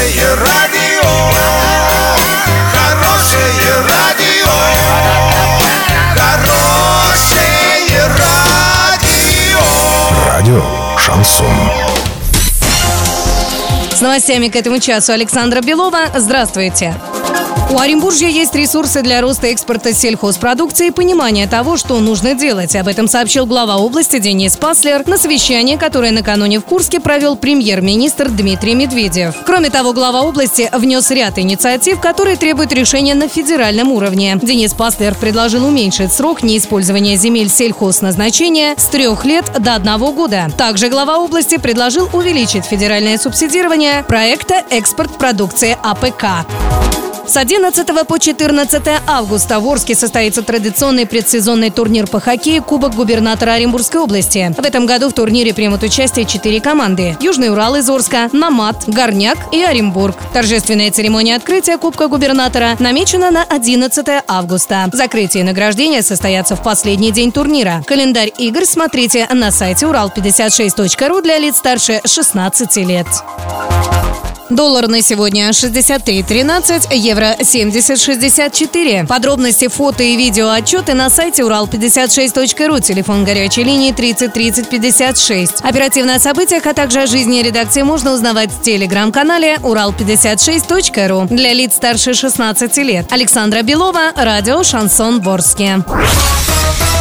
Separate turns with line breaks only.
Хорошее радио, хорошее радио, хорошее радио.
Радио «Шансон».
С новостями к этому часу Александра Белова. Здравствуйте. У Оренбуржья есть ресурсы для роста экспорта сельхозпродукции и понимание того, что нужно делать. Об этом сообщил глава области Денис Паслер на совещании, которое накануне в Курске провел премьер-министр Дмитрий Медведев. Кроме того, глава области внес ряд инициатив, которые требуют решения на федеральном уровне. Денис Паслер предложил уменьшить срок неиспользования земель сельхозназначения с 3 лет до 1 года. Также глава области предложил увеличить федеральное субсидирование проекта «Экспорт продукции АПК». С 11 по 14 августа в Орске состоится традиционный предсезонный турнир по хоккею «Кубок губернатора Оренбургской области». В этом году в турнире примут участие 4 команды: Южный Урал из Орска, Намат, Горняк и Оренбург. Торжественная церемония открытия Кубка губернатора намечена на 11 августа. Закрытие и награждение состоятся в последний день турнира. Календарь игр смотрите на сайте урал56.ру для лиц старше 16 лет. Доллар на сегодня 63.13, евро 70.64. Подробности, фото и видео отчеты на сайте урал56.ру. Телефон горячей линии 30 30 56. Оперативно о событиях, а также о жизни редакции можно узнавать в телеграм-канале урал56.ру. Для лиц старше 16 лет. Александра Белова, радио «Шансон» в Орске.